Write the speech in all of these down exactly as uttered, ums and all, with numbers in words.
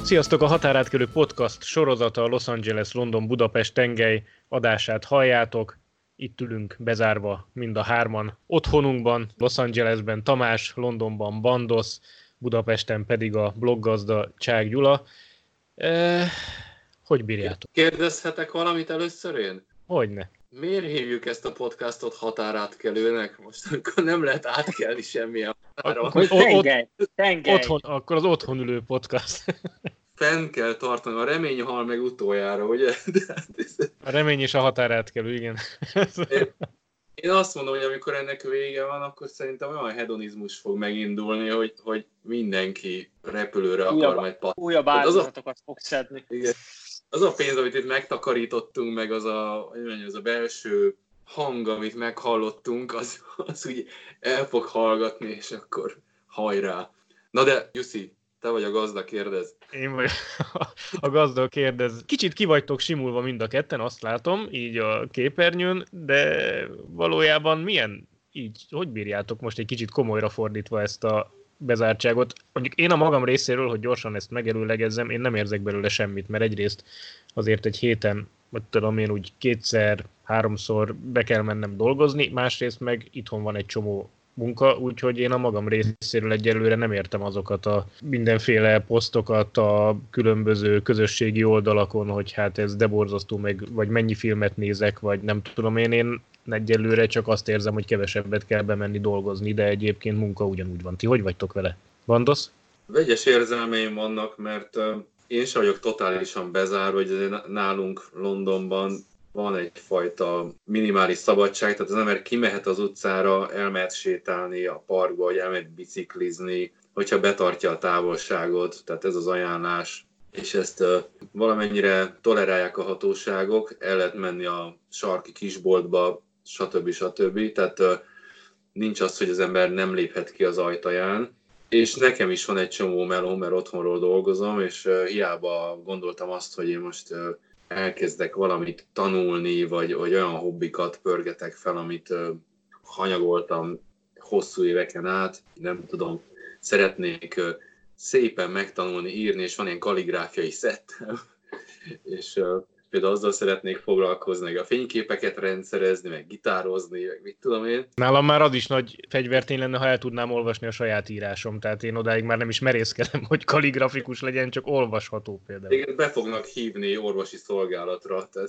Sziasztok! A Határátkelő Podcast sorozata a Los Angeles-London-Budapest tengely adását halljátok. Itt ülünk bezárva mind a hárman otthonunkban, Los Angelesben Tamás, Londonban Bandosz, Budapesten pedig a bloggazda Csák Gyula. E, hogy bírjátok? Kérdezhetek valamit először én? Hogyne. Miért hívjuk ezt a podcastot határátkelőnek? Most akkor nem lehet átkelni semmilyen határon. Akkor tengely, tengely. Otthon, akkor az otthon ülő podcast. Fenn kell tartani, a remény hal meg utoljára, ugye? A remény és a határátkelő, igen. Én, én azt mondom, hogy amikor ennek vége van, akkor szerintem olyan hedonizmus fog megindulni, hogy, hogy mindenki repülőre újabb, akar majd pattanni. Újabb áldozatokat fog szedni. Igen. Az a pénz, amit itt megtakarítottunk, meg az a, az a belső hang, amit meghallottunk, az, az úgy el fog hallgatni, és akkor hajrá. Na de, Jussi, te vagy a gazda, kérdez. Én vagyok a gazda, kérdez. Kicsit ki vagytok simulva mind a ketten, azt látom, így a képernyőn, de valójában milyen, így, hogy bírjátok most egy kicsit komolyra fordítva ezt a bezártságot? Mondjuk én a magam részéről, hogy gyorsan ezt megelőlegezzem, én nem érzek belőle semmit, mert egyrészt azért egy héten, vagy tudom én úgy kétszer, háromszor be kell mennem dolgozni, másrészt meg itthon van egy csomó munka, úgyhogy én a magam részéről egyelőre nem értem azokat a mindenféle posztokat a különböző közösségi oldalakon, hogy hát ez de borzasztó, meg, vagy mennyi filmet nézek, vagy nem tudom én, én egyelőre csak azt érzem, hogy kevesebbet kell bemenni dolgozni, de egyébként munka ugyanúgy van. Ti hogy vagytok vele? Bandosz? Vegyes érzelmeim vannak, mert uh, én sem vagyok totálisan bezárva, hogy nálunk Londonban van egyfajta minimális szabadság, tehát az ember kimehet az utcára, elmehet sétálni a parkba, vagy elmehet biciklizni, hogyha betartja a távolságot, tehát ez az ajánlás, és ezt uh, valamennyire tolerálják a hatóságok, el lehet menni a sarki kisboltba, stb. stb. Tehát uh, nincs az, hogy az ember nem léphet ki az ajtaján, és nekem is van egy csomó meló, mert otthonról dolgozom, és uh, hiába gondoltam azt, hogy én most uh, elkezdek valamit tanulni, vagy, vagy olyan hobbikat pörgetek fel, amit uh, hanyagoltam hosszú éveken át. Nem tudom, szeretnék uh, szépen megtanulni írni, és van ilyen kalligráfiai szettem, és uh, például azzal szeretnék foglalkozni, meg a fényképeket rendszerezni, meg gitározni, meg mit tudom én. Nálam már az is nagy fegyvertény lenne, ha el tudnám olvasni a saját írásom, tehát én odáig már nem is merészkedem, hogy kalligrafikus legyen, csak olvasható például. Igen, be fognak hívni orvosi szolgálatra, tehát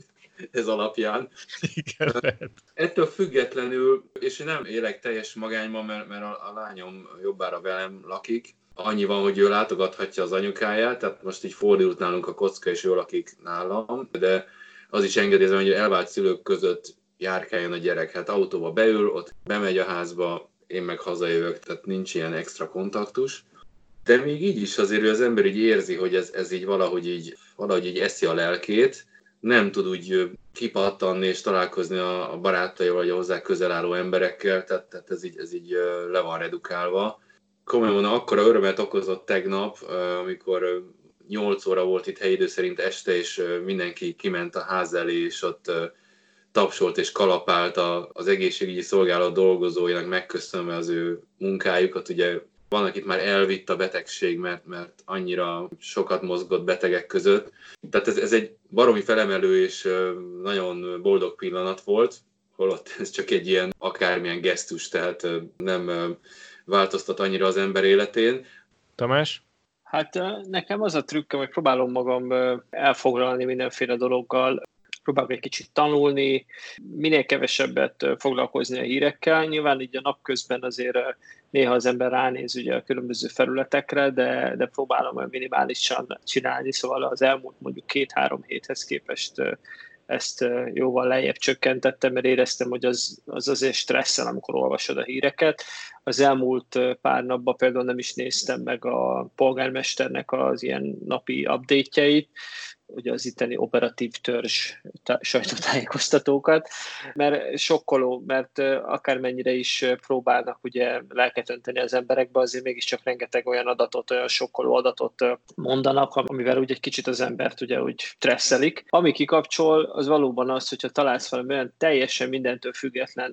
ez alapján. Igen, lehet. Ettől függetlenül, és én nem élek teljes magányban, mert, mert a, a lányom jobbára velem lakik, annyi van, hogy ő látogathatja az anyukáját, tehát most így fordult nálunk a kocka, és ő lakik nálam, de az is engedélyezem, hogy elvált szülők között járkáljon a gyerek. Hát autóba beül, ott bemegy a házba, én meg hazajövök, tehát nincs ilyen extra kontaktus. De még így is azért az ember így érzi, hogy ez, ez így valahogy így, valahogy így eszi a lelkét, nem tud úgy kipattanni és találkozni a barátaival, vagy a hozzá közel álló emberekkel, tehát, tehát ez, így, ez így le van redukálva. Komolyan mondom, akkora örömet okozott tegnap, amikor nyolc óra volt itt helyi idő szerint este, és mindenki kiment a ház elé, és ott tapsolt és kalapált az egészségügyi szolgálat dolgozóinak, megköszönve az ő munkájukat. Ugye van, akit már elvitt a betegség, mert, mert annyira sokat mozgott betegek között. Tehát ez, ez egy baromi felemelő és nagyon boldog pillanat volt, holott ez csak egy ilyen akármilyen gesztus, tehát nem változtat annyira az ember életén. Tamás? Hát nekem az a trükköm, hogy próbálom magam elfoglalni mindenféle dologgal, próbálok egy kicsit tanulni, minél kevesebbet foglalkozni a hírekkel. Nyilván így a napközben azért néha az ember ránéz ugye a különböző felületekre, de, de próbálom minimálisan csinálni, szóval az elmúlt mondjuk két-három héthez képest ezt jóval lejjebb csökkentettem, mert éreztem, hogy az, az azért stresszel, amikor olvasod a híreket. Az elmúlt pár napban például nem is néztem meg a polgármesternek az ilyen napi update-jeit, ugye az itteni operatív törzs sajtótájékoztatókat, mert sokkoló, mert akármennyire is próbálnak ugye lelket önteni az emberekbe, azért mégiscsak rengeteg olyan adatot, olyan sokkoló adatot mondanak, amivel úgy egy kicsit az embert ugye úgy stresszelik. Ami kikapcsol, az valóban az, hogyha találsz valami olyan teljesen mindentől független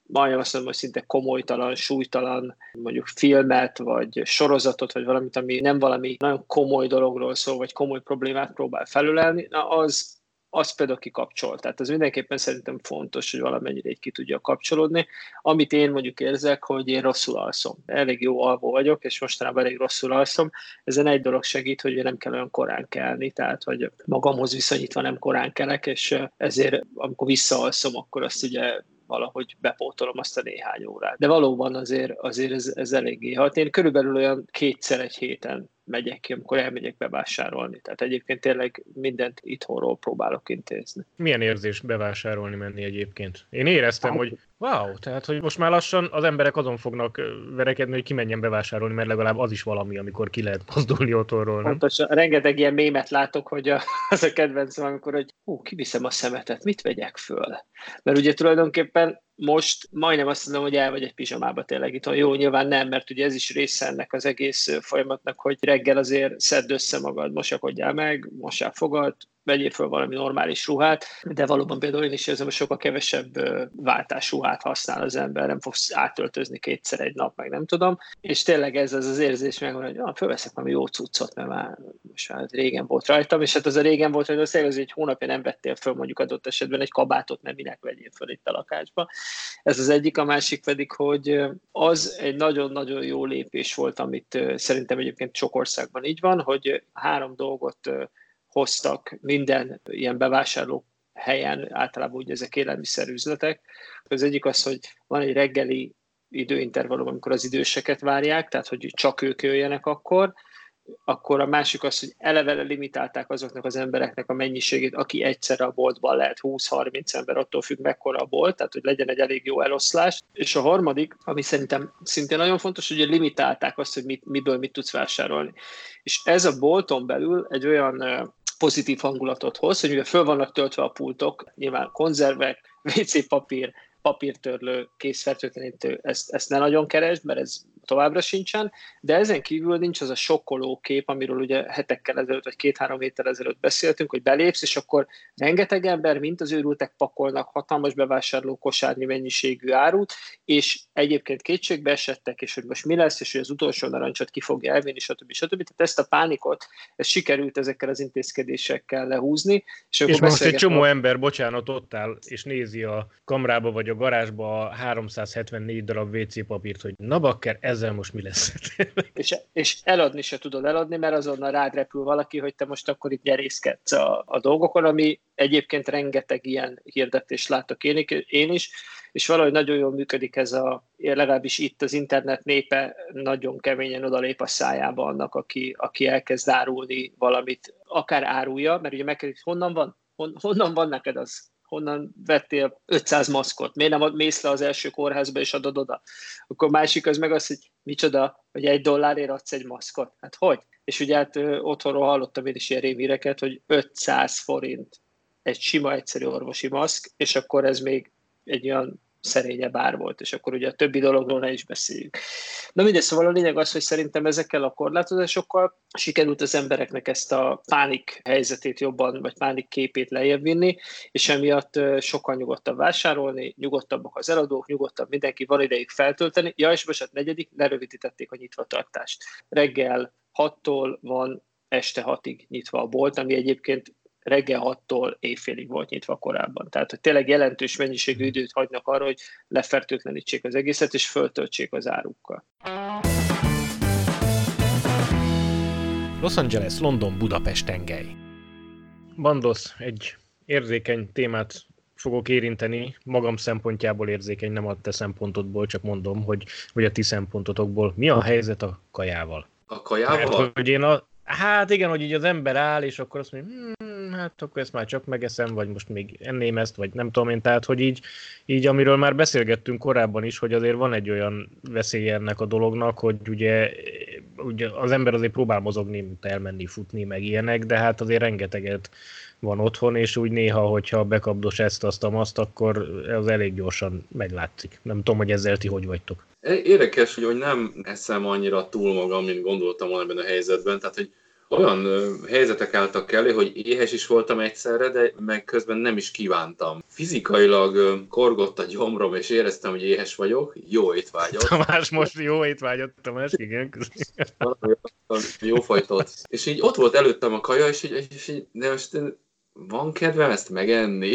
majdnem azt mondom, hogy szinte komolytalan, súlytalan, mondjuk filmet, vagy sorozatot, vagy valamit, ami nem valami nagyon komoly dologról szól, vagy komoly problémát próbál felülelni, na az, az például kikapcsol. Tehát ez mindenképpen szerintem fontos, hogy valamennyire így ki tudja kapcsolódni. Amit én mondjuk érzek, hogy én rosszul alszom. Elég jó alvó vagyok, és mostanában elég rosszul alszom. Ezen egy dolog segít, hogy nem kell olyan korán kelni, tehát hogy magamhoz viszonyítva nem korán kelek, és ezért amikor visszaalszom, akkor azt ugye valahogy bepótolom azt a néhány órát. De valóban azért, azért ez, ez eléggé hat. Én körülbelül olyan kétszer egy héten megyek ki, amikor elmegyek bevásárolni. Tehát egyébként tényleg mindent itthonról próbálok intézni. Milyen érzés bevásárolni menni egyébként? Én éreztem, hát, hogy wow, tehát hogy most már lassan az emberek azon fognak verekedni, hogy kimenjen bevásárolni, mert legalább az is valami, amikor ki lehet mozdulni otthonról. Nem? Pontosan, rengeteg ilyen mémet látok, hogy a, az a kedvencem, amikor, hogy hú, kiviszem a szemetet, mit vegyek föl? Mert ugye tulajdonképpen most majdnem azt mondom, hogy el vagy egy pizsamába tényleg itt. Jó, nyilván nem, mert ugye ez is része ennek az egész folyamatnak, hogy reggel azért szedd össze magad, mosakodjál meg, mossál fogad, vegyél föl valami normális ruhát, de valóban például én is érzem, hogy sokkal kevesebb váltásruhát használ az ember, nem fogsz átöltözni kétszer egy nap, meg nem tudom, és tényleg ez az az érzés megvan, hogy ah, fölveszek valami jó cuccot, mert már most már régen volt rajtam, és hát az a régen volt, hogy az egy hónapja nem vettél föl mondjuk adott esetben egy kabátot, mert minek vegyél föl itt a lakásba. Ez az egyik, a másik pedig, hogy az egy nagyon-nagyon jó lépés volt, amit szerintem egyébként sok országban így van, hogy három dolgot hoztak minden ilyen bevásárló helyen, általában ugye ezek élelmiszerüzletek. Az egyik az, hogy van egy reggeli időintervallum, amikor az időseket várják, tehát hogy csak ők jöjjenek akkor, akkor a másik az, hogy eleve limitálták azoknak az embereknek a mennyiségét, aki egyszerre a boltban lehet, húsz-harminc ember, attól függ mekkora a bolt, tehát hogy legyen egy elég jó eloszlás. És a harmadik, ami szerintem szintén nagyon fontos, hogy limitálták azt, hogy mit, miből mit tudsz vásárolni. És ez a bolton belül egy olyan pozitív hangulatot hoz, hogy mivel föl vannak töltve a pultok, nyilván konzervek, vé cé papír, papírtörlő, készfertőtlenítő, ezt, ezt ne nagyon keresd, mert ez továbbra sincsen, de ezen kívül nincs az a sokkoló kép, amiről ugye hetekkel ezelőtt, vagy két-három héttel ezelőtt beszéltünk, hogy belépsz, és akkor rengeteg ember, mint az őrültek pakolnak hatalmas bevásárló kosárnyi mennyiségű árut, és egyébként kétségbe esettek, és hogy most mi lesz, és hogy az utolsó narancsot ki fogja elvinni, stb. stb. Tehát ezt a pánikot, ezt sikerült ezekkel az intézkedésekkel lehúzni. És, és most egy csomó ember, bocsánat, ott áll, és nézi a kamrába, vagy a garázsba a háromszázhetvennégy darab vé cé papírt, hogy na bakker, ezzel most mi lesz? és, és eladni se tudod eladni, mert azonnal rád repül valaki, hogy te most akkor itt nyerészkedsz a, a dolgokon, ami egyébként rengeteg ilyen hirdetést látok én, én is, és valahogy nagyon jól működik ez a, legalábbis itt az internet népe nagyon keményen odalép a szájába annak, aki, aki elkezd árulni valamit, akár árulja, mert ugye megkérdezik, honnan van? Hon, honnan van neked az? Honnan vettél ötszáz maszkot? Miért nem mész le az első kórházba és adod oda? Akkor másik az meg az, hogy micsoda, hogy egy dollárért adsz egy maszkot. Hát hogy? És ugye hát ö, otthonról hallottam én is ilyen rémhíreket, hogy ötszáz forint egy sima, egyszerű orvosi maszk, és akkor ez még egy olyan szerényebb ár volt, és akkor ugye a többi dologról ne is beszéljük. Na mindegy, szóval a lényeg az, hogy szerintem ezekkel a korlátozásokkal sikerült az embereknek ezt a pánik helyzetét jobban, vagy pánik képét lejjebb vinni, és emiatt sokkal nyugodtabb vásárolni, nyugodtabbak az eladók, nyugodtabb mindenki, van idejük feltölteni. Ja, és most a negyedik, lerövidítették a nyitvatartást. Reggel hattól van este hatig nyitva a bolt, ami egyébként reggel hattól éjfélig volt nyitva korábban. Tehát, hogy tényleg jelentős mennyiségű időt hagynak arra, hogy lefertőtlenítsék az egészet, és föltöltsék az árukkal. Los Angeles, London, Budapest tengely. Bandos, egy érzékeny témát fogok érinteni, magam szempontjából érzékeny, nem a te szempontodból, csak mondom, hogy, hogy a ti szempontotokból. Mi a helyzet a kajával? A kajával? Mert, hogy én a, hát igen, hogy így az ember áll, és akkor azt mondja, hm, hát akkor ezt már csak megeszem, vagy most még enném ezt, vagy nem tudom én, tehát hogy így, így amiről már beszélgettünk korábban is, hogy azért van egy olyan veszély ennek a dolognak, hogy ugye, ugye az ember azért próbál mozogni, elmenni, futni, meg ilyenek, de hát azért rengeteget van otthon, és úgy néha, hogyha bekapdos ezt, azt, azt, akkor az elég gyorsan meglátszik. Nem tudom, hogy ezzel ti hogy vagytok. Érdekes, hogy nem eszem annyira túl magam, mint gondoltam volna ebben a helyzetben, tehát hogy olyan ö, helyzetek álltak elő, hogy éhes is voltam egyszerre, de meg közben nem is kívántam. Fizikailag ö, korgott a gyomrom, és éreztem, hogy éhes vagyok, jó étvágyat. Tamás most jó étvágyat, Tamás, igen. Valami jó fajtot. És így ott volt előttem a kaja, és így, és így de most van kedvem ezt megenni?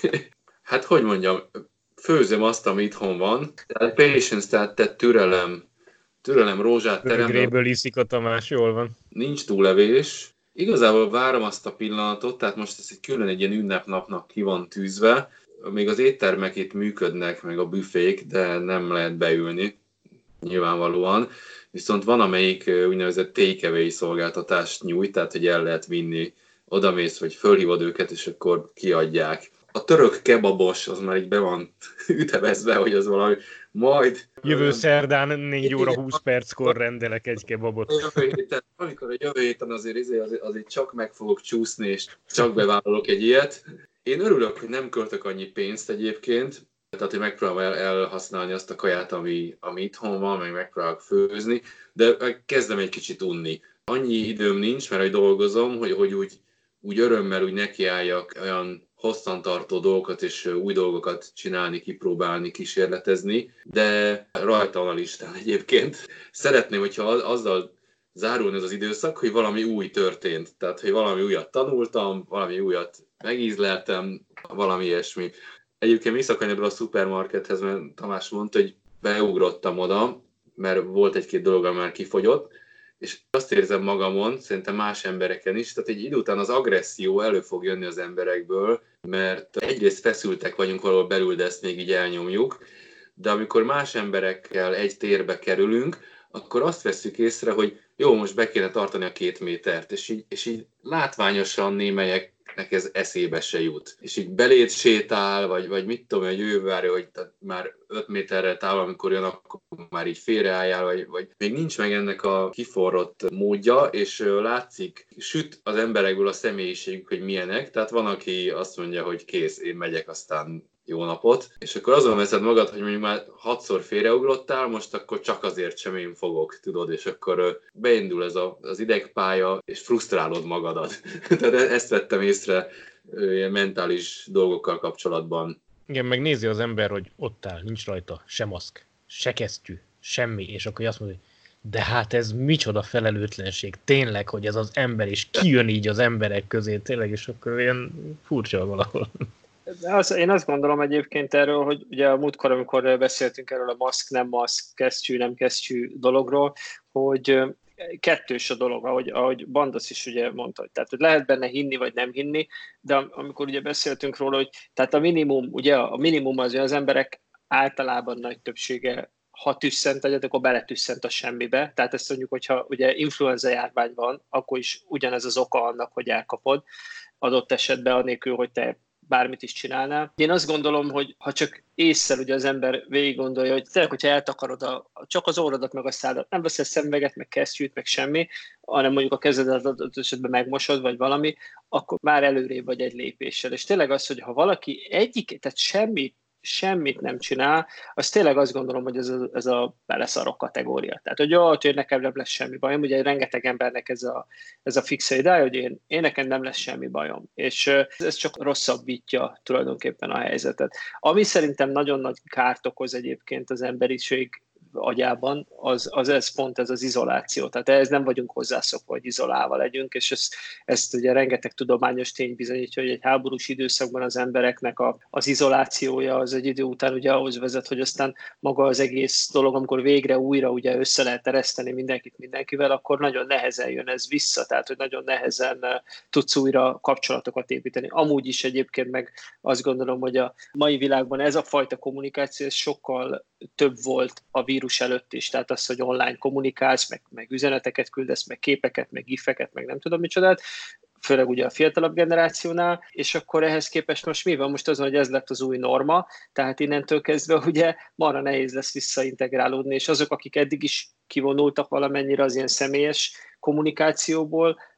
Hát, hogy mondjam, főzöm azt, ami itthon van. Tehát patience, tehát, tehát türelem, türelem, rózsát terem. Gréből iszik a Tamás, jól van. Nincs túlevés. Igazából várom azt a pillanatot, tehát most ez egy külön egy ilyen ünnepnapnak ki van tűzve. Még az éttermek itt működnek, meg a büfék, de nem lehet beülni, nyilvánvalóan. Viszont van, amelyik úgynevezett takeaway szolgáltatást nyújt, tehát hogy el lehet vinni, odamész, vagy fölhívod őket, és akkor kiadják. A török kebabos, az már így be van ütemezve, hogy az valami majd... Jövő szerdán négy óra húsz perckor rendelek egy kebabot. Jövő héten, amikor a jövő héten azért, azért, azért csak meg fogok csúszni, és csak bevállalok egy ilyet. Én örülök, hogy nem költök annyi pénzt egyébként, tehát hogy megpróbálom el, elhasználni azt a kaját, ami, ami itthon van, meg megpróbálok főzni, de kezdem egy kicsit unni. Annyi időm nincs, mert hogy dolgozom, hogy, hogy úgy, úgy örömmel úgy nekiálljak olyan hosszantartó dolgokat és új dolgokat csinálni, kipróbálni, kísérletezni, de rajta van a listán egyébként. Szeretném, hogyha azzal zárulni ez az időszak, hogy valami új történt. Tehát, hogy valami újat tanultam, valami újat megízleltem, valami ilyesmi. Egyébként visszakanyarul a szupermarkethez, mert Tamás mondta, hogy beugrottam oda, mert volt egy-két dolog, már kifogyott, és azt érzem magamon, szerintem más embereken is, tehát egy idő után az agresszió elő fog jönni az emberekből, mert egyrészt feszültek vagyunk valahol belül, de ezt még így elnyomjuk, de amikor más emberekkel egy térbe kerülünk, akkor azt vesszük észre, hogy jó, most be kéne tartani a két métert, és így, és így látványosan némelyeknek ez eszébe se jut. És így beléd sétál, vagy, vagy mit tudom, hogy ő várja, hogy már öt méterre távol, amikor jön, akkor már így félreálljál, vagy, vagy még nincs meg ennek a kiforrott módja, és látszik, süt az emberekből a személyiségük, hogy milyenek, tehát van, aki azt mondja, hogy kész, én megyek, aztán jó napot, és akkor azon veszed magad, hogy mondjuk már hatszor félreugrottál, most akkor csak azért sem én fogok, tudod, és akkor beindul ez a, az idegpálya, és frusztrálod magadat. Tehát ezt vettem észre ilyen mentális dolgokkal kapcsolatban. Igen, meg nézi az ember, hogy ott áll, nincs rajta se maszk, se kesztyű, semmi, és akkor azt mondja, hogy de hát ez micsoda felelőtlenség, tényleg, hogy ez az ember, és kijön így az emberek közé, tényleg, és akkor ilyen furcsa valahol. Az, én azt gondolom egyébként erről, hogy ugye a múltkor, amikor beszéltünk erről a maszk, nem maszk, kesztyű, nem kesztyű dologról, hogy kettős a dolog, ahogy, ahogy Bandasz is ugye mondta, tehát hogy lehet benne hinni, vagy nem hinni, de amikor ugye beszéltünk róla, hogy tehát a minimum, ugye a minimum az, hogy az emberek általában nagy többsége, ha tüsszent egyet, akkor beletüsszent a semmibe. Tehát ezt mondjuk, hogyha ugye influenza járvány van, akkor is ugyanez az oka annak, hogy elkapod adott esetben, anélkül, hogy te bármit is csinálnál. Én azt gondolom, hogy ha csak ésszel ugye az ember végig gondolja, hogy tényleg, hogyha eltakarod a, csak az orrodat meg a szádat, nem veszel szemüveget, meg kesztyűt, meg semmi, hanem mondjuk a kezedet adott esetben megmosod, vagy valami, akkor már előrébb vagy egy lépéssel. És tényleg az, hogy ha valaki egyik, tehát semmit, semmit nem csinál, az tényleg azt gondolom, hogy ez a, ez a beleszarok kategória. Tehát, hogy jó, hogy nekem nem lesz semmi bajom, ugye rengeteg embernek ez a, ez a fixe ideje, hogy én, én nekem nem lesz semmi bajom. És ez csak rosszabbítja tulajdonképpen a helyzetet. Ami szerintem nagyon nagy kárt okoz egyébként az emberiség agyában, az, az ez pont ez az izoláció. Tehát ehhez nem vagyunk hozzászokva, hogy izolálva legyünk, és ezt, ezt ugye rengeteg tudományos tény bizonyítja, hogy egy háborús időszakban az embereknek a, az izolációja az egy idő után ugye ahhoz vezet, hogy aztán maga az egész dolog, amikor végre újra ugye össze lehet ereszteni mindenkit mindenkivel, akkor nagyon nehezen jön ez vissza, tehát hogy nagyon nehezen tudsz újra kapcsolatokat építeni. Amúgy is egyébként meg azt gondolom, hogy a mai világban ez a fajta kommunikáció ez sokkal több volt a vírus előtt is, tehát az, hogy online kommunikálsz, meg, meg üzeneteket küldesz, meg képeket, meg gifeket, meg nem tudom micsodát, főleg ugye a fiatalabb generációnál, és akkor ehhez képest most mi van? Most az, hogy ez lett az új norma, tehát innentől kezdve ugye marra nehéz lesz visszaintegrálódni, és azok, akik eddig is kivonultak valamennyire az ilyen személyes kommunikációból,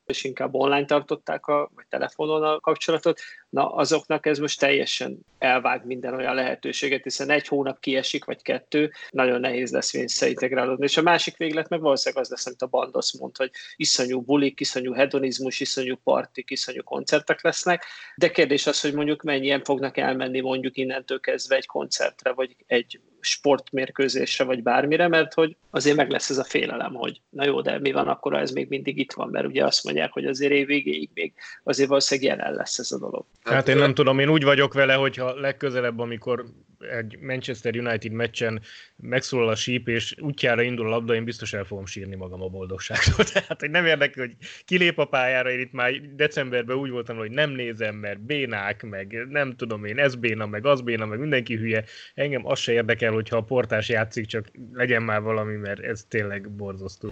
és inkább online tartották a, vagy telefonon a kapcsolatot, na azoknak ez most teljesen elvág minden olyan lehetőséget, hiszen egy hónap kiesik, vagy kettő, nagyon nehéz lesz visszaintegrálódni. És a másik véglet meg valószínűleg az lesz, amit a Bandos mond, hogy iszonyú bulik, iszonyú hedonizmus, iszonyú partik, iszonyú koncertek lesznek, de kérdés az, hogy mondjuk mennyien fognak elmenni mondjuk innentől kezdve egy koncertre, vagy egy sportmérkőzésre, vagy bármire, mert hogy azért meg lesz ez a félelem, hogy na jó, de mi van akkor, ez még mindig itt van, mert ugye azt mondják, hogy azért év végéig még azért valószínűleg jelen lesz ez a dolog. Hát én nem tudom, én úgy vagyok vele, hogyha legközelebb, amikor egy Manchester United meccsen megszólal a síp, és útjára indul a labda, én biztos el fogom sírni magam a boldogságtól. Tehát, hogy nem érdekel, hogy kilép a pályára, én itt már decemberben úgy voltam, hogy nem nézem, mert bénák, meg nem tudom én, ez béna, meg az béna, meg mindenki hülye. Engem az se érdekel, hogyha a Portás játszik, csak legyen már valami, mert ez tényleg borzasztó.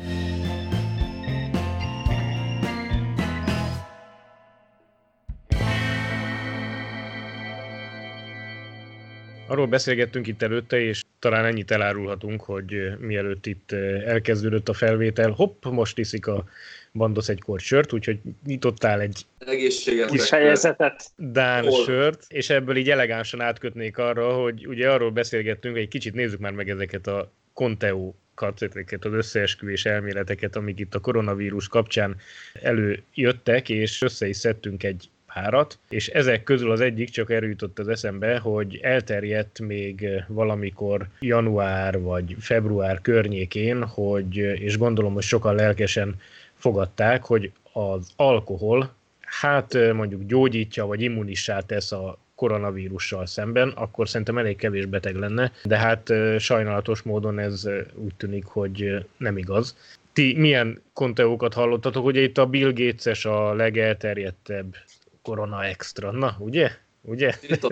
Arról beszélgettünk itt előtte, és talán ennyit elárulhatunk, hogy mielőtt itt elkezdődött a felvétel, hopp, most iszik a Bandos egy kort sört, úgyhogy nyitottál egy kis helyezetet, dán sört, és ebből így elegánsan átkötnék arra, hogy ugye arról beszélgettünk, egy kicsit nézzük már meg ezeket a konteókat, ezeket az összeesküvés elméleteket, amik itt a koronavírus kapcsán előjöttek, és össze is szedtünk egy párat, és ezek közül az egyik csak erről jutott az eszembe, hogy elterjedt még valamikor január vagy február környékén, hogy, és gondolom, hogy sokan lelkesen fogadták, hogy az alkohol hát mondjuk gyógyítja, vagy immunissá tesz a koronavírussal szemben, akkor szerintem elég kevés beteg lenne, de hát sajnálatos módon ez úgy tűnik, hogy nem igaz. Ti milyen konteókat hallottatok? Ugye itt a Bill Gates-es a legelterjedtebb korona extra. Na, ugye? Ugye?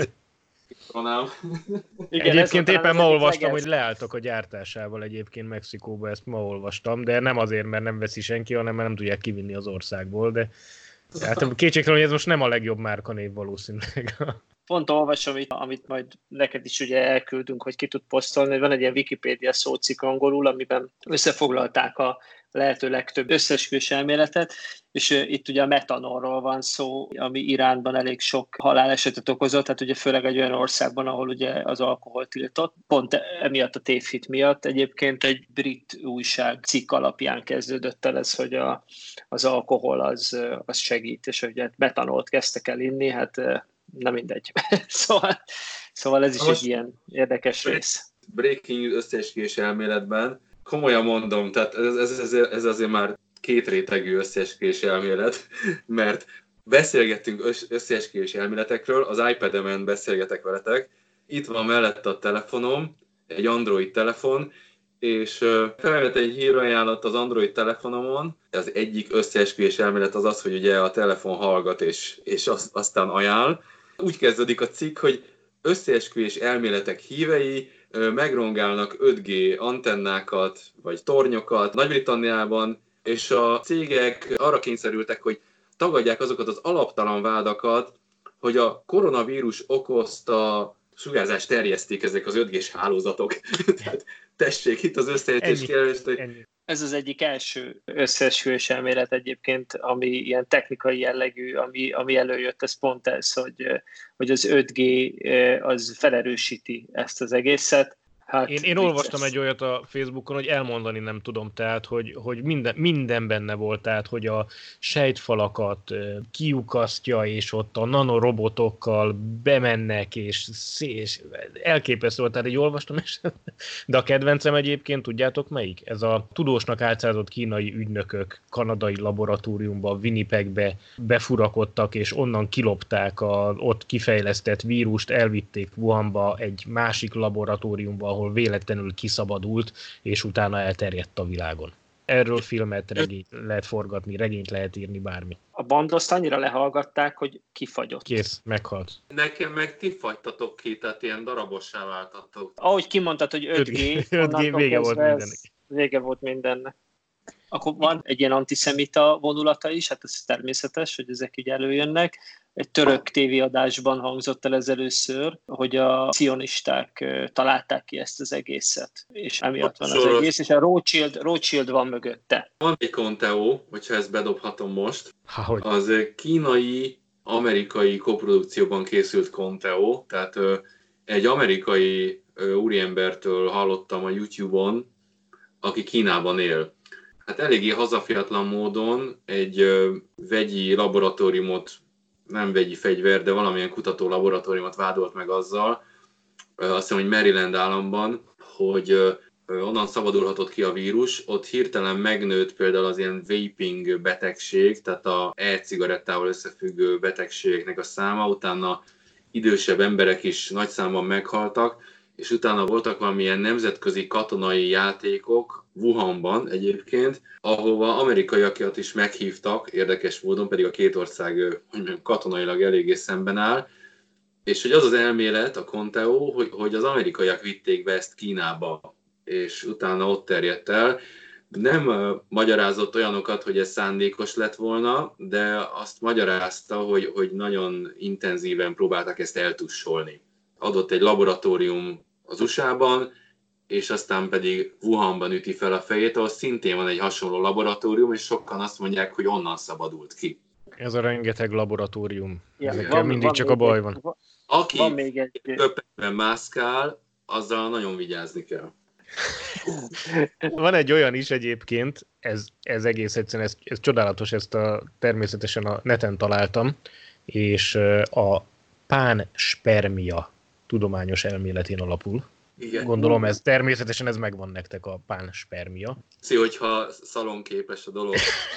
Igen, egyébként éppen ma olvastam, legyen. Hogy leálltak a gyártásával egyébként Mexikóba, ezt ma olvastam, de nem azért, mert nem veszi senki, hanem mert nem tudják kivinni az országból, de hát kétségtelen, hogy ez most nem a legjobb márkanév valószínűleg. Pont olvasom, amit, amit majd neked is ugye elküldünk, hogy ki tud posztolni, hogy van egy ilyen Wikipédia szócikk angolul, amiben összefoglalták a lehető legtöbb összesküvés elméletet, és itt ugye a metanolról van szó, ami Iránban elég sok halálesetet okozott, tehát ugye főleg egy olyan országban, ahol ugye az alkohol tiltott, pont emiatt a tévhit miatt. Egyébként egy brit újság cikk alapján kezdődött el ez, hogy a, az alkohol az, az segít, és ugye metanolt kezdtek el inni, hát nem mindegy. szóval, szóval ez is most egy ilyen érdekes rész. Breaking összeesküvés elméletben komolyan mondom, tehát ez, ez, ez, ez azért már két rétegű összeesküvés elmélet, mert beszélgettünk összeesküvés elméletekről, az iPad-emen beszélgetek veletek, itt van mellette a telefonom, egy Android telefon, és felvett egy hírajánlat az Android telefonomon. Az egyik összeesküvés elmélet az az, hogy ugye a telefon hallgat és, és az, aztán ajánl. Úgy kezdődik a cikk, hogy összeesküvés elméletek hívei megrongálnak öt G antennákat, vagy tornyokat Nagy-Britanniában, és a cégek arra kényszerültek, hogy tagadják azokat az alaptalan vádakat, hogy a koronavírus okozta sugárzást terjesztik ezek az öt G-s hálózatok. Tehát tessék, itt az összeesküvés elmélet, hogy... Ez az egyik első összeesküvés elmélet egyébként, ami ilyen technikai jellegű, ami, ami előjött, ez pont ez, hogy, hogy az öt G az felerősíti ezt az egészet. Hát, én, én olvastam egy olyat a Facebookon, hogy elmondani nem tudom, tehát, hogy, hogy minden, minden benne volt, tehát, hogy a sejtfalakat kiukasztja, és ott a nanorobotokkal bemennek, és, és elképesztő volt, tehát így olvastam, és de a kedvencem egyébként, tudjátok melyik? Ez a tudósnak álcázott kínai ügynökök kanadai laboratóriumban, Winnipegbe befurakodtak, és onnan kilopták a ott kifejlesztett vírust, elvitték Wuhanba egy másik laboratóriumba, ahol véletlenül kiszabadult, és utána elterjedt a világon. Erről filmet, regényt lehet forgatni, regényt lehet írni, bármi. A Bandoszt annyira lehallgatták, hogy kifagyott. Kész, meghalt. Nekem meg ti fagytatok ki, tehát ilyen darabossá váltatok. Ahogy kimondtad, hogy öt G, öt G vége volt mindennek. Vége volt mindennek. Akkor van egy ilyen antiszemita vonulata is, hát ez természetes, hogy ezek így előjönnek. egy török tévéadásban hangzott el ez először, hogy a cionisták találták ki ezt az egészet, és emiatt van az egész, és a Rothschild, Rothschild van mögötte. Van egy Conteo, hogyha ezt bedobhatom most, Há, az kínai, amerikai koprodukcióban készült Conteo, tehát egy amerikai úriembertől hallottam a YouTube-on, aki Kínában él. Hát eléggé hazafiatlan módon egy ö, vegyi laboratóriumot, nem vegyi fegyver, de valamilyen kutató laboratóriumot vádolt meg azzal, ö, azt hiszem, hogy Maryland államban, hogy ö, onnan szabadulhatott ki a vírus, ott hirtelen megnőtt például az ilyen vaping betegség, tehát a e-cigarettával összefüggő betegségeknek a száma, utána idősebb emberek is nagy számban meghaltak, és utána voltak valamilyen nemzetközi katonai játékok, Wuhanban egyébként, ahova amerikaiakat is meghívtak, érdekes módon, pedig a két ország hogy mondjam, katonailag eléggé szemben áll, és hogy az az elmélet, a Conteo, hogy, hogy az amerikaiak vitték be ezt Kínába, és utána ott terjedt el. Nem uh, magyarázott olyanokat, hogy ez szándékos lett volna, de azt magyarázta, hogy, hogy nagyon intenzíven próbálták ezt eltussolni. Adott egy laboratórium az u es á-ban, és aztán pedig Wuhanban üti fel a fejét, ahol szintén van egy hasonló laboratórium, és sokan azt mondják, hogy onnan szabadult ki. Ez a rengeteg laboratórium. Ja, Ezekkel van, mindig van csak a baj van. Van, Aki van még egy... köpekben mászkál, azzal nagyon vigyázni kell. Van egy olyan is egyébként, ez, ez egész egyszerűen, ez, ez csodálatos, ezt a, természetesen a neten találtam, és a pánspermia tudományos elméletén alapul. Igen. Gondolom, ez természetesen ez megvan nektek, a pánspermia. Szia, hogyha szalonképes a dolog.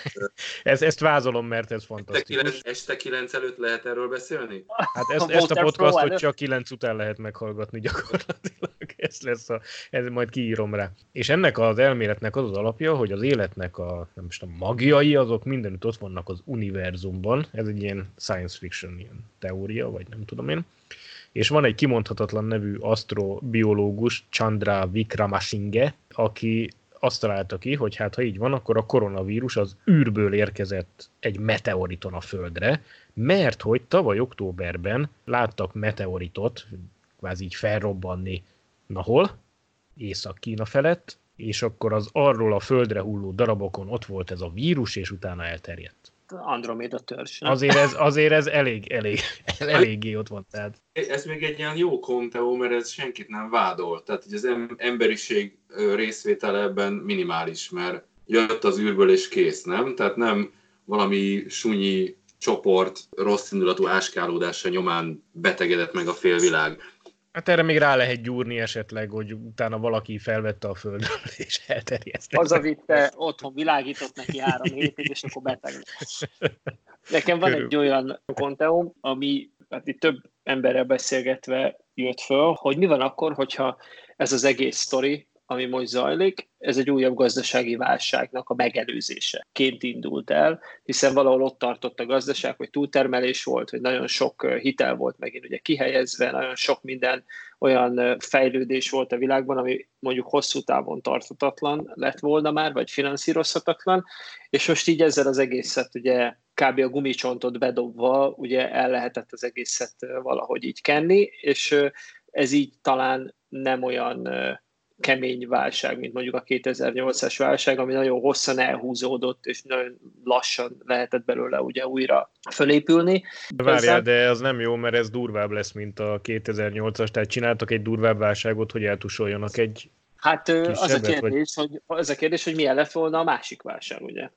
ez, ezt vázolom, mert ez fantasztikus. Este kilenc előtt lehet erről beszélni? Hát ezt, ezt a podcastot csak kilenc után lehet meghallgatni gyakorlatilag. Ez lesz a, ez majd kiírom rá. És ennek az elméletnek az az alapja, hogy az életnek a, nem is tudom, magjai, azok mindenütt ott vannak az univerzumban. Ez egy ilyen science fiction ilyen teória, vagy nem tudom én. És van egy kimondhatatlan nevű asztrobiológus, Chandra Wickramasinghe, aki azt találta ki, hogy hát ha így van, akkor a koronavírus az űrből érkezett egy meteoriton a Földre, mert hogy tavaly októberben láttak meteoritot, kvázi így felrobbanni, na hol? Észak-Kína felett, és akkor az arról a Földre hulló darabokon ott volt ez a vírus, és utána elterjedt. Andromeda törzs. Azért ez, azért ez elég, elég, eléggé ott van. Tehát. Ez még egy ilyen jó Conteo, mert ez senkit nem vádol. Tehát hogy az emberiség részvétele ebben minimális, mert jött az űrből és kész, nem? Tehát nem valami sunyi csoport rossz indulatú áskálódása nyomán betegedett meg a félvilág. Hát erre még rá lehet gyúrni esetleg, hogy utána valaki felvette a Földről és elterjesztette. Hazavitte, otthon világított neki három hétig, és akkor beteg lesz. Nekem van Körül. egy olyan Conteo, ami hát itt több emberrel beszélgetve jött föl, hogy mi van akkor, hogyha ez az egész sztori, ami most zajlik, ez egy újabb gazdasági válságnak a megelőzéseként indult el, hiszen valahol ott tartott a gazdaság, hogy túltermelés volt, hogy nagyon sok hitel volt megint ugye kihelyezve, nagyon sok minden olyan fejlődés volt a világban, ami mondjuk hosszú távon tarthatatlan lett volna már, vagy finanszírozhatatlan, és most így ezzel az egészet ugye kb. A gumicsontot bedobva ugye el lehetett az egészet valahogy így kenni, és ez így talán nem olyan kemény válság, mint mondjuk a kétezer-nyolcas válság, ami nagyon hosszan elhúzódott, és nagyon lassan lehetett belőle ugye újra fölépülni. Várjál, de az nem jó, mert ez durvább lesz, mint a kétezer-nyolcas, tehát csináltak egy durvább válságot, hogy eltussoljanak egy Hát az a, kérdés, vagy... hogy, az a kérdés, hogy milyen lett volna a másik válság, ugye?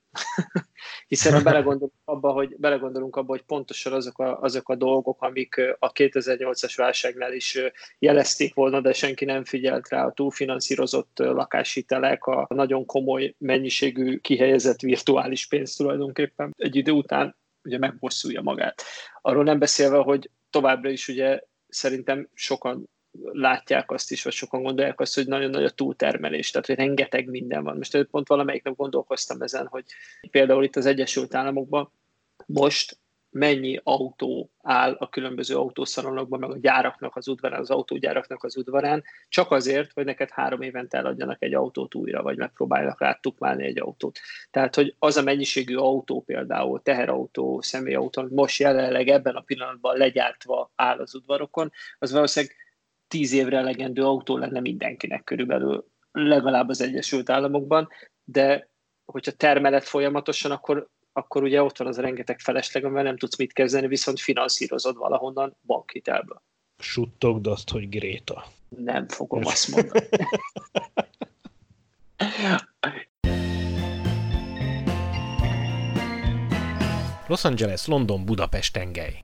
Hiszen belegondolunk abba, hogy, belegondolunk abba, hogy pontosan azok a, azok a dolgok, amik a kétezer-nyolcas válságnál is jelezték volna, de senki nem figyelt rá, a túlfinanszírozott lakáshitelek, a nagyon komoly mennyiségű kihelyezett virtuális pénz tulajdonképpen egy idő után ugye megbosszulja magát. Arról nem beszélve, hogy továbbra is ugye szerintem sokan látják azt is, vagy sokan gondolják azt, hogy nagyon nagy a túltermelés, tehát hogy rengeteg minden van. Most pont valamelyik nap gondolkoztam ezen, hogy például itt az Egyesült Államokban most mennyi autó áll a különböző autószalonokban, meg a gyáraknak az udvarán, az autógyáraknak az udvarán, csak azért, hogy neked három évente eladjanak egy autót újra, vagy megpróbáljanak rátukmálni egy autót. Tehát, hogy az a mennyiségű autó például, teherautó, személyautó, most jelenleg ebben a pillanatban legyártva áll az udvarokon, az valószínűleg tíz évre elegendő autó lenne mindenkinek körülbelül, legalább az Egyesült Államokban, de hogyha termeled folyamatosan, akkor akkor ugye ott van az a rengeteg felesleg, amivel nem tudsz mit kezdeni, viszont finanszírozod valahonnan bankhitelből. Suttogd azt, hogy Gréta. Nem fogom azt mondani. Los Angeles, London, Budapest tengely.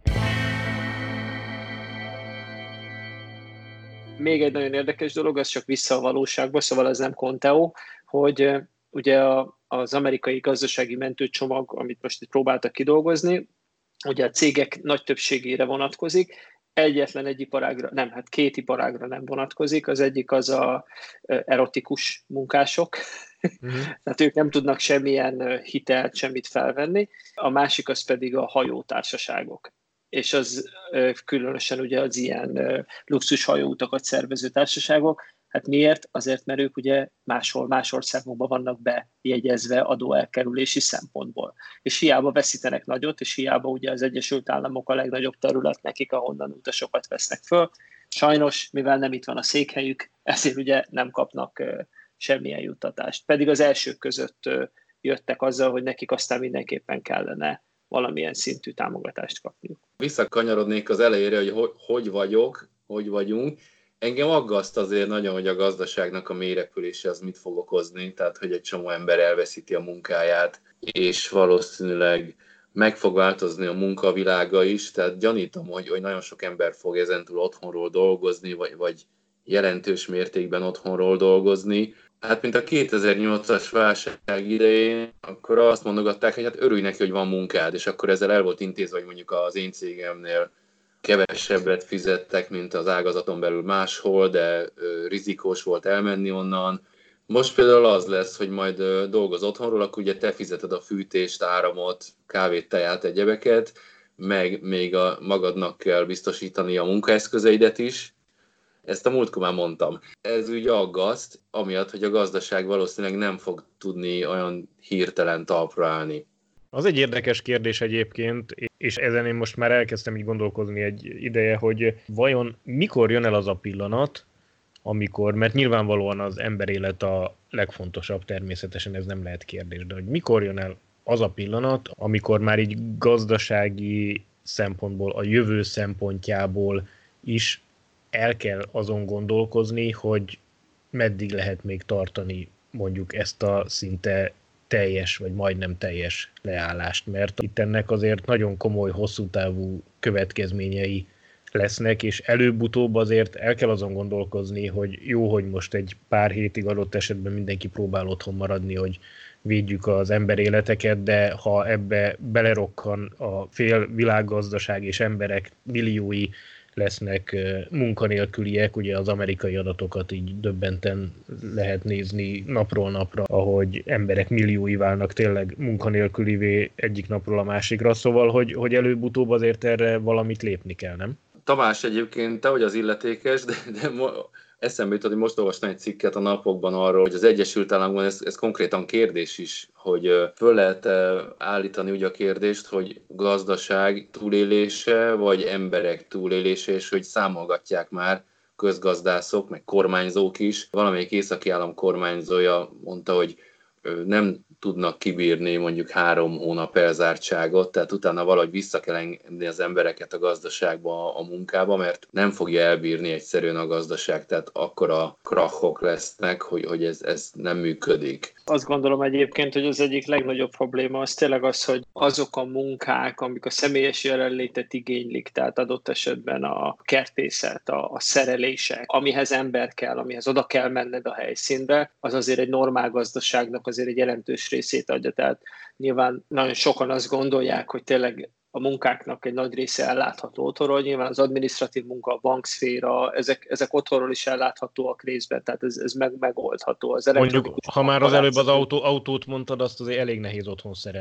Még egy nagyon érdekes dolog, az csak vissza a valóságba, szóval ez nem Conteo, hogy ugye a az amerikai gazdasági mentőcsomag, amit most itt próbáltak kidolgozni, ugye a cégek nagy többségére vonatkozik, egyetlen egy iparágra, nem, hát két iparágra nem vonatkozik, az egyik az a erotikus munkások, uh-huh. Tehát ők nem tudnak semmilyen hitelt, semmit felvenni, a másik az pedig a hajótársaságok. És az különösen ugye az ilyen luxus hajóutakat szervező társaságok. Hát miért? Azért, mert ők ugye máshol, más országokban vannak bejegyezve adóelkerülési szempontból. És hiába veszítenek nagyot, és hiába ugye az Egyesült Államok a legnagyobb terület nekik, ahonnan utasokat vesznek föl. Sajnos, mivel nem itt van a székhelyük, ezért ugye nem kapnak semmilyen juttatást. Pedig az elsők között jöttek azzal, hogy nekik aztán mindenképpen kellene valamilyen szintű támogatást kapniuk. Visszakanyarodnék az elejére, hogy hogy vagyok, hogy vagyunk. Engem aggaszt azért nagyon, hogy a gazdaságnak a mélyrepülése az mit fog okozni, tehát hogy egy csomó ember elveszíti a munkáját, és valószínűleg meg fog változni a munkavilága is, tehát gyanítom, hogy, hogy nagyon sok ember fog ezentúl otthonról dolgozni, vagy, vagy jelentős mértékben otthonról dolgozni. Hát mint a kétezer-nyolcas válság idején, akkor azt mondogatták, hogy hát örülj neki, hogy van munkád, és akkor ezzel el volt intézve, hogy mondjuk az én cégemnél kevesebbet fizettek, mint az ágazaton belül máshol, de rizikós volt elmenni onnan. Most például az lesz, hogy majd dolgoz otthonról, akkor ugye te fizeted a fűtést, áramot, kávét, teját, egyebeket, meg még a magadnak kell biztosítani a munkaeszközeidet is. Ezt a múltkor már mondtam. Ez ugye aggaszt, amiatt, hogy a gazdaság valószínűleg nem fog tudni olyan hirtelen talpra állni. Az egy érdekes kérdés egyébként, és ezen én most már elkezdtem így gondolkozni egy ideje, hogy vajon mikor jön el az a pillanat, amikor, mert nyilvánvalóan az ember élet a legfontosabb, természetesen ez nem lehet kérdés, de hogy mikor jön el az a pillanat, amikor már így gazdasági szempontból, a jövő szempontjából is el kell azon gondolkozni, hogy meddig lehet még tartani mondjuk ezt a szinte teljes, vagy majdnem teljes leállást, mert itt ennek azért nagyon komoly, hosszú távú következményei lesznek, és előbb-utóbb azért el kell azon gondolkozni, hogy jó, hogy most egy pár hétig adott esetben mindenki próbál otthon maradni, hogy védjük az emberéleteket, de ha ebbe belerokkan a fél világgazdaság és emberek milliói lesznek munkanélküliek, ugye az amerikai adatokat így döbbenten lehet nézni napról napra, ahogy emberek milliói válnak tényleg munkanélkülivé egyik napról a másikra, szóval, hogy, hogy előbb-utóbb azért erre valamit lépni kell, nem? Tamás, egyébként te vagy az illetékes, de, de mo- eszembe jutott, hogy most olvastam egy cikket a napokban arról, hogy az Egyesült Államokban ez, ez konkrétan kérdés is, hogy föl lehet állítani úgy a kérdést, hogy gazdaság túlélése, vagy emberek túlélése, és hogy számolgatják már közgazdászok, meg kormányzók is. Valamelyik északi állam kormányzója mondta, hogy nem tudnak kibírni mondjuk három hónap elzártságot, tehát utána valahogy vissza kell engedni az embereket a gazdaságba, a munkába, mert nem fogja elbírni egyszerűen a gazdaság, tehát akkora krachok lesznek, hogy, hogy ez, ez nem működik. Azt gondolom egyébként, hogy az egyik legnagyobb probléma az tényleg az, hogy azok a munkák, amik a személyes jelenlétet igénylik, tehát adott esetben a kertészet, a, a szerelések, amihez ember kell, amihez oda kell menned a helyszínre, az azért egy normál gazdaságnak azért egy jelentős részét adja. Tehát nyilván nagyon sokan azt gondolják, hogy tényleg a munkáknak egy nagy része ellátható otthonról, nyilván az adminisztratív munka, a bankszféra, ezek, ezek otthonról is elláthatóak részben, tehát ez, ez meg, megoldható. Az mondjuk, ha már az előbb az autó, autót mondtad, azt azért elég nehéz otthon szerelni.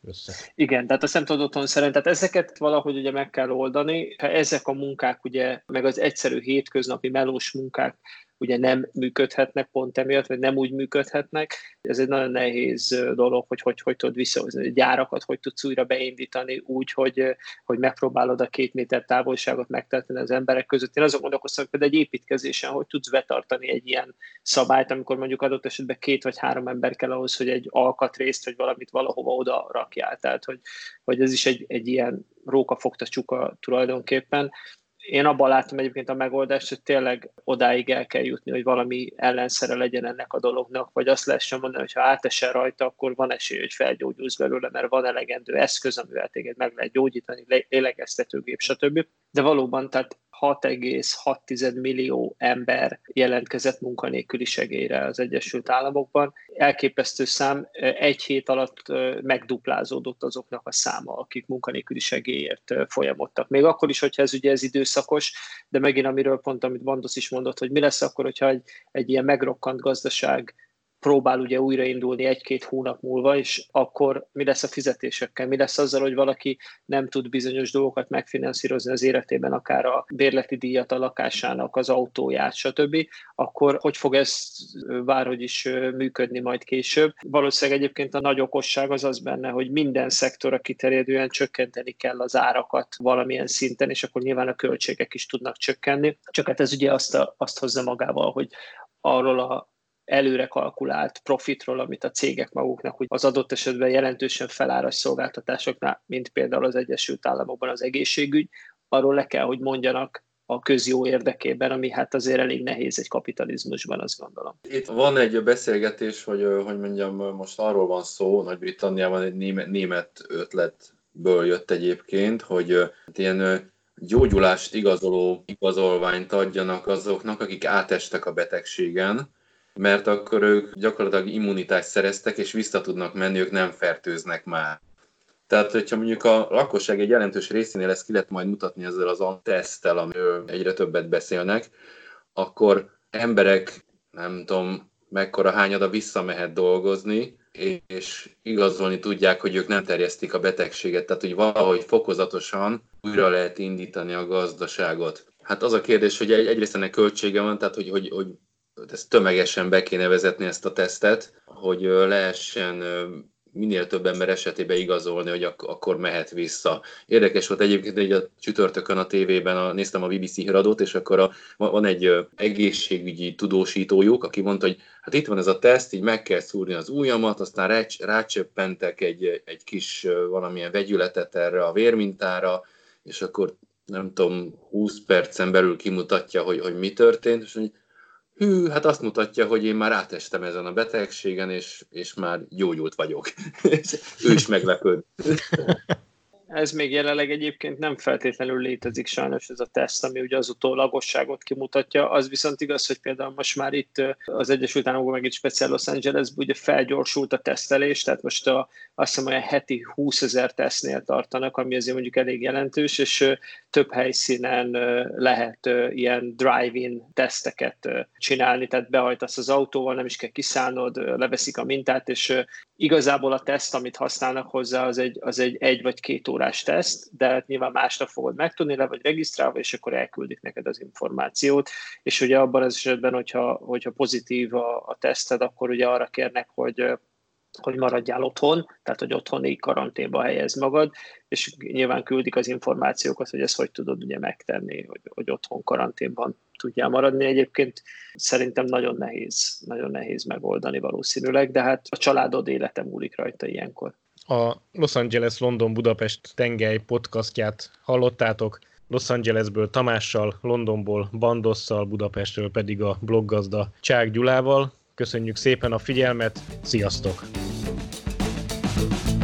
össze. Igen, tehát azt nem tudod otthon szerint, tehát ezeket valahogy ugye meg kell oldani. Ha ezek a munkák ugye, meg az egyszerű hétköznapi melós munkák ugye nem működhetnek pont emiatt, vagy nem úgy működhetnek. Ez egy nagyon nehéz dolog, hogy hogy, hogy tudod visszahozni a gyárakat, hogy tudsz újra beindítani úgy, hogy, hogy megpróbálod a két méter távolságot megtartani az emberek között. Én azon gondolkoztam, hogy például egy építkezésen hogy tudsz betartani egy ilyen szabályt, amikor mondjuk adott esetben két vagy három ember kell ahhoz, hogy egy alkatrészt, vagy valamit valahova oda rakjál. Tehát, hogy, hogy ez is egy, egy ilyen rókafogta csuka tulajdonképpen. Én abban látom egyébként a megoldást, hogy tényleg odáig el kell jutni, hogy valami ellenszere legyen ennek a dolognak, vagy azt lehessen mondani, hogy ha átesel rajta, akkor van esély, hogy felgyógyulsz belőle, mert van elegendő eszköz, amivel téged meg lehet gyógyítani, lélegeztetőgép, stb. De valóban, tehát hat egész hat millió ember jelentkezett munkanélküli segélyre az Egyesült Államokban. Elképesztő szám, egy hét alatt megduplázódott azoknak a száma, akik munkanélküli segélyért folyamodtak. Még akkor is, hogyha ez ugye ez időszakos, de megint amiről pont, amit Bandosz is mondott, hogy mi lesz akkor, hogyha egy, egy ilyen megrokkant gazdaság próbál ugye újraindulni egy-két hónap múlva, és akkor mi lesz a fizetésekkel? Mi lesz azzal, hogy valaki nem tud bizonyos dolgokat megfinanszírozni az életében, akár a bérleti díjat a lakásának, az autóját, stb. Akkor hogy fog ez bárhogy is működni majd később? Valószínűleg egyébként a nagy okosság az az benne, hogy minden szektorra kiterjedően csökkenteni kell az árakat valamilyen szinten, és akkor nyilván a költségek is tudnak csökkenni. Csak hát ez ugye azt, a, azt hozza magával, hogy arról a előre kalkulált profitról, amit a cégek maguknak, hogy az adott esetben jelentősen feláras szolgáltatásoknál, mint például az Egyesült Államokban az egészségügy, arról le kell, hogy mondjanak a közjó érdekében, ami hát azért elég nehéz egy kapitalizmusban, azt gondolom. Itt van egy beszélgetés, hogy, hogy mondjam, most arról van szó, Nagy-Britanniában egy német, német ötletből jött egyébként, hogy ilyen gyógyulást igazoló igazolványt adjanak azoknak, akik átestek a betegségen, mert akkor ők gyakorlatilag immunitást szereztek, és vissza tudnak menni, ők nem fertőznek már. Tehát, hogyha mondjuk a lakosság egy jelentős részénél ezt ki lehet majd mutatni ezzel az teszttel, amiről egyre többet beszélnek, akkor emberek, nem tudom, mekkora hányada visszamehet dolgozni, és igazolni tudják, hogy ők nem terjesztik a betegséget, tehát hogy valahogy fokozatosan újra lehet indítani a gazdaságot. Hát az a kérdés, hogy egy, egyrészt ennek költsége van, tehát hogy, hogy, hogy ezt tömegesen be kéne vezetni ezt a tesztet, hogy lehessen minél több ember esetében igazolni, hogy ak- akkor mehet vissza. Érdekes volt egyébként, hogy a csütörtökön a tévében a, néztem a bé bé cé híradót, és akkor a, van egy egészségügyi tudósítójuk, aki mondta, hogy hát itt van ez a teszt, így meg kell szúrni az ujjamat, aztán rács, rácsöppentek egy, egy kis valamilyen vegyületet erre a vérmintára, és akkor nem tudom, húsz percen belül kimutatja, hogy, hogy mi történt, és hogy hű, hát azt mutatja, hogy én már átestem ezen a betegségen, és, és már gyógyult vagyok. Ő is meglepőd. Ez még jelenleg egyébként nem feltétlenül létezik sajnos ez a teszt, ami ugye az utólagosságot kimutatja. Az viszont igaz, hogy például most már itt az Egyesült Államokban, meg itt speciál Los Angelesben ugye felgyorsult a tesztelés, tehát most a, azt hiszem olyan heti húszezer tesztnél tartanak, ami azért mondjuk elég jelentős, és több helyszínen lehet ilyen drive-in teszteket csinálni, tehát behajtasz az autóval, nem is kell kiszállnod, leveszik a mintát, és igazából a teszt, amit használnak hozzá, az egy, az egy egy vagy két órás teszt, de nyilván másnap fogod megtudni, le vagy regisztrálva, és akkor elküldik neked az információt, és ugye abban az esetben, hogyha, hogyha pozitív a, a teszted, akkor ugye arra kérnek, hogy hogy maradjál otthon, tehát hogy otthoni karanténba helyez magad, és nyilván küldik az információkat, hogy ezt hogy tudod ugye megtenni, hogy, hogy otthon karanténban tudjál maradni. Egyébként szerintem nagyon nehéz, nagyon nehéz megoldani valószínűleg, de hát a családod élete múlik rajta ilyenkor. A Los Angeles London Budapest tengely podcastját hallottátok. Los Angelesből Tamással, Londonból Bandosszal, Budapestről pedig a bloggazda Csák Gyulával. Köszönjük szépen a figyelmet, sziasztok!